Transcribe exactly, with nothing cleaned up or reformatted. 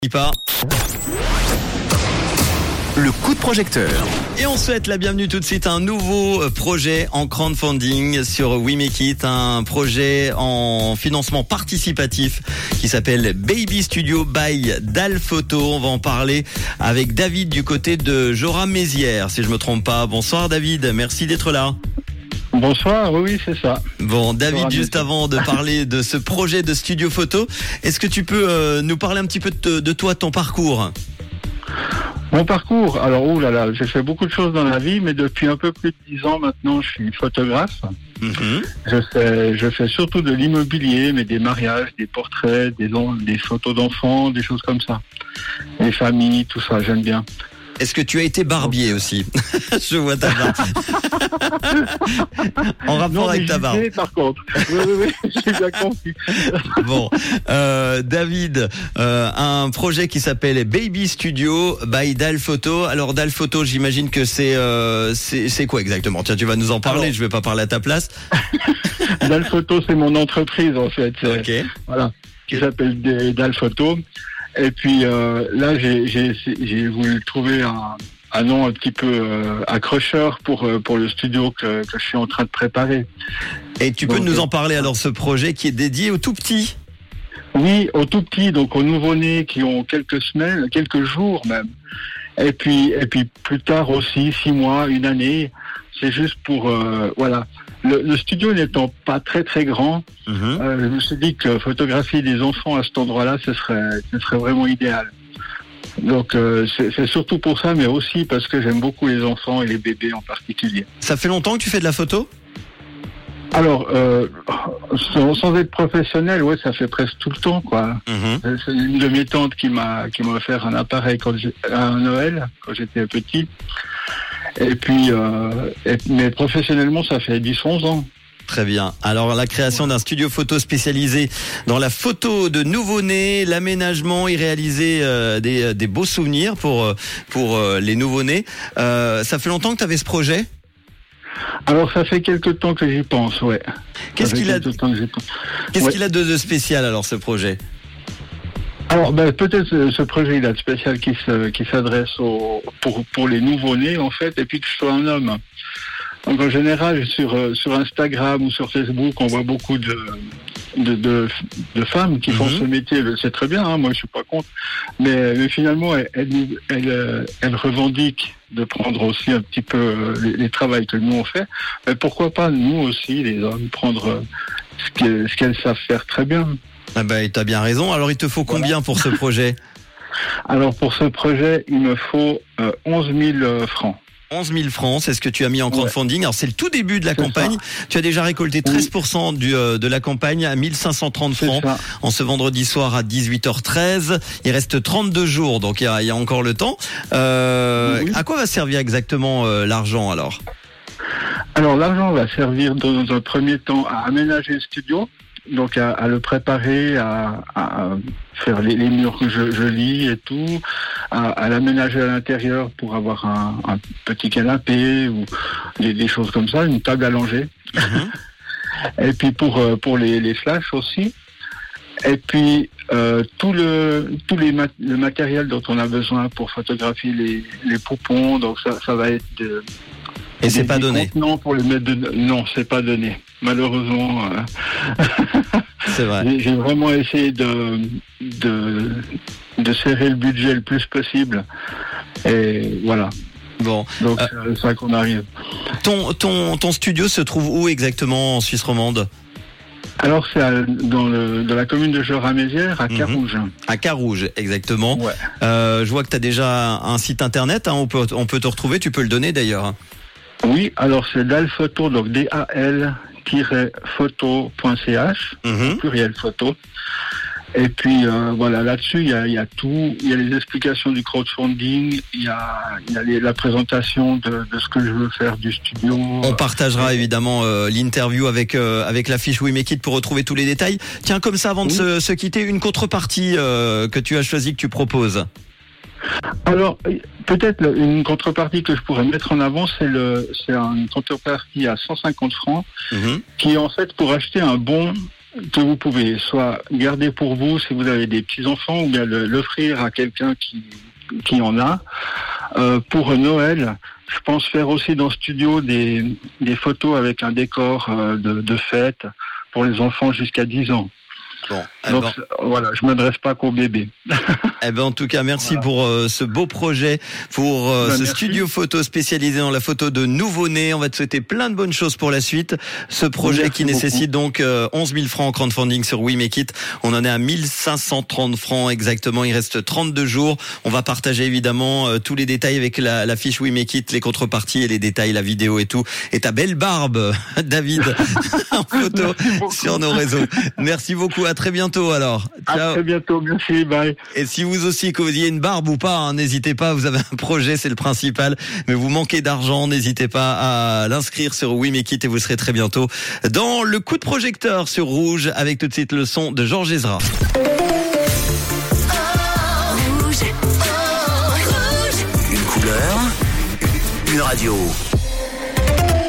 Pas. Le coup de projecteur. Et on souhaite la bienvenue tout de suite à un nouveau projet en crowdfunding sur We Make It, un projet en financement participatif qui s'appelle Baby Studio by Dalphoto. On va en parler avec David du côté de Jorat-Mézières, si je me trompe pas. Bonsoir David, merci d'être là. Bonsoir, oui, oui, c'est ça. Bon, David, juste avant de parler de ce projet de studio photo, est-ce que tu peux euh, nous parler un petit peu de, de toi, ton parcours ? Mon parcours, alors, ouh là là, j'ai fait beaucoup de choses dans la vie, mais depuis un peu plus de dix ans maintenant, je suis photographe. Mm-hmm. Je fais, je fais surtout de l'immobilier, mais des mariages, des portraits, des, des photos d'enfants, des choses comme ça. Les familles, tout ça, j'aime bien. Est-ce que tu as été barbier aussi ? Je vois ta barbe. En rapport non, avec ta barbe. Sais, par contre. Oui, oui, oui, j'ai bien compris. Bon, euh, David, euh, un projet qui s'appelle Baby Studio by Dalphoto. Alors Dalphoto, j'imagine que c'est, euh, c'est c'est quoi exactement ? Tiens, tu vas nous en parler. Alors, je vais pas parler à ta place. Dalphoto, c'est mon entreprise en fait. Ok. Voilà, qui s'appelle Dalphoto. Et puis euh, là, j'ai, j'ai, j'ai voulu trouver un, un nom un petit peu euh, accrocheur pour euh, pour le studio que, que je suis en train de préparer. Et tu peux donc, nous en parler alors, ce projet qui est dédié aux tout petits ? Oui, aux tout petits, donc aux nouveau-nés qui ont quelques semaines, quelques jours même. Et puis et puis plus tard aussi, six mois, une année. C'est juste pour euh, voilà. Le, le studio n'étant pas très très grand, mmh. euh, je me suis dit que photographier des enfants à cet endroit-là, ce serait, ce serait vraiment idéal. Donc euh, c'est, c'est surtout pour ça, mais aussi parce que j'aime beaucoup les enfants et les bébés en particulier. Ça fait longtemps que tu fais de la photo ? Alors, euh, sans, sans être professionnel, ouais, ça fait presque tout le temps, quoi. Mmh. C'est une de mes tantes qui m'a qui m'a offert un appareil quand j'ai, à un Noël quand j'étais petit. Et puis, euh, et, mais professionnellement, ça fait dix onze ans. Très bien. Alors, la création d'un studio photo spécialisé dans la photo de nouveau-nés, l'aménagement et réaliser euh, des, des beaux souvenirs pour, pour euh, les nouveau-nés. Euh, ça fait longtemps que tu avais ce projet ? Alors, ça fait quelques temps que j'y pense, ouais. Qu'est-ce qu'il a, Qu'est-ce ouais. qu'il a de, de spécial, alors, ce projet ? Alors, ben, peut-être ce projet il a de spécial qui se, qui s'adresse aux, pour, pour les nouveau-nés, en fait, et puis que je sois un homme. Donc, en général, sur, sur Instagram ou sur Facebook, on voit beaucoup de, de, de, de femmes qui mm-hmm. font ce métier. C'est très bien, hein, moi, je suis pas contre. Mais, mais finalement, elles, elles, elles, elles revendiquent de prendre aussi un petit peu les, les travails que nous on fait. Mais pourquoi pas, nous aussi, les hommes, prendre ce, que, ce qu'elles savent faire très bien. Ah ben, t'as bien raison. Alors, il te faut combien voilà. pour ce projet ? Alors, pour ce projet, il me faut euh, onze mille francs. onze mille francs, c'est ce que tu as mis en crowdfunding. Ouais. Alors, c'est le tout début de la c'est campagne. Ça. Tu as déjà récolté treize pour cent du, euh, de la campagne à mille cinq cent trente francs en ce vendredi soir à dix-huit heures treize. Il reste trente-deux jours, donc il y a, il y a encore le temps. Euh, oui. À quoi va servir exactement euh, l'argent, alors ? Alors, l'argent va servir dans un premier temps à aménager le studio. Donc à, à le préparer, à, à faire les, les murs que je, je lis et tout, à, à l'aménager à l'intérieur pour avoir un, un petit canapé ou des, des choses comme ça, une table à langer. Mm-hmm. Et puis pour pour les, les flashs aussi. Et puis euh, tout le tout les mat- le matériel dont on a besoin pour photographier les les poupons. Donc ça ça va être de Et c'est pas donné. Non, pour les mettre de... non, c'est pas donné. Malheureusement, euh... c'est vrai. j'ai, j'ai vraiment essayé de, de de serrer le budget le plus possible. Et voilà. Bon. Donc euh, c'est ça qu'on arrive. Ton ton ton studio se trouve où exactement en Suisse romande ? Alors c'est à, dans le dans la commune de Jorat-Mézières, à Carouge. Mmh. À Carouge, exactement. Ouais. Euh, je vois que tu as déjà un site internet. Hein, on peut on peut te retrouver. Tu peux le donner d'ailleurs. Oui, alors c'est Dalphoto, donc D A L photo point c h, mm-hmm. pluriel photo. Et puis euh, voilà, là-dessus, il y a, il y a tout. Il y a les explications du crowdfunding, il y a, il y a les, la présentation de, de ce que je veux faire du studio. On partagera évidemment euh, l'interview avec euh, avec la fiche We Make It pour retrouver tous les détails. Tiens, comme ça, avant oui. de se, se quitter, une contrepartie euh, que tu as choisie, que tu proposes. Alors, peut-être une contrepartie que je pourrais mettre en avant, c'est le, c'est une contrepartie à cent cinquante francs, mmh. qui est en fait pour acheter un bon que vous pouvez soit garder pour vous si vous avez des petits-enfants ou bien le, l'offrir à quelqu'un qui, qui en a. Euh, pour Noël, je pense faire aussi dans le studio des, des photos avec un décor euh, de, de fête pour les enfants jusqu'à dix ans. Bon, Donc ben, voilà, je m'adresse pas qu'aux bébés. eh ben en tout cas, merci Voilà. pour euh, ce beau projet, pour euh, Ben, ce merci. studio photo spécialisé dans la photo de nouveau-nés. On va te souhaiter plein de bonnes choses pour la suite. Ce projet Merci qui beaucoup. nécessite donc euh, onze mille francs en crowdfunding sur We Make It. On en est à mille cinq cent trente francs exactement. Il reste trente-deux jours. On va partager évidemment euh, tous les détails avec la, la fiche We Make It, les contreparties et les détails, la vidéo et tout. Et ta belle barbe, David, en photo sur nos réseaux. Merci beaucoup. À très bientôt alors. À Ciao. très bientôt, merci, bye. Et si vous aussi, que vous ayez une barbe ou pas, hein, n'hésitez pas, vous avez un projet, c'est le principal. Mais vous manquez d'argent, n'hésitez pas à l'inscrire sur We Make It et vous serez très bientôt dans le coup de projecteur sur Rouge avec tout de suite le son de Georges Ezra. Rouge, oh, rouge. Une couleur, une radio.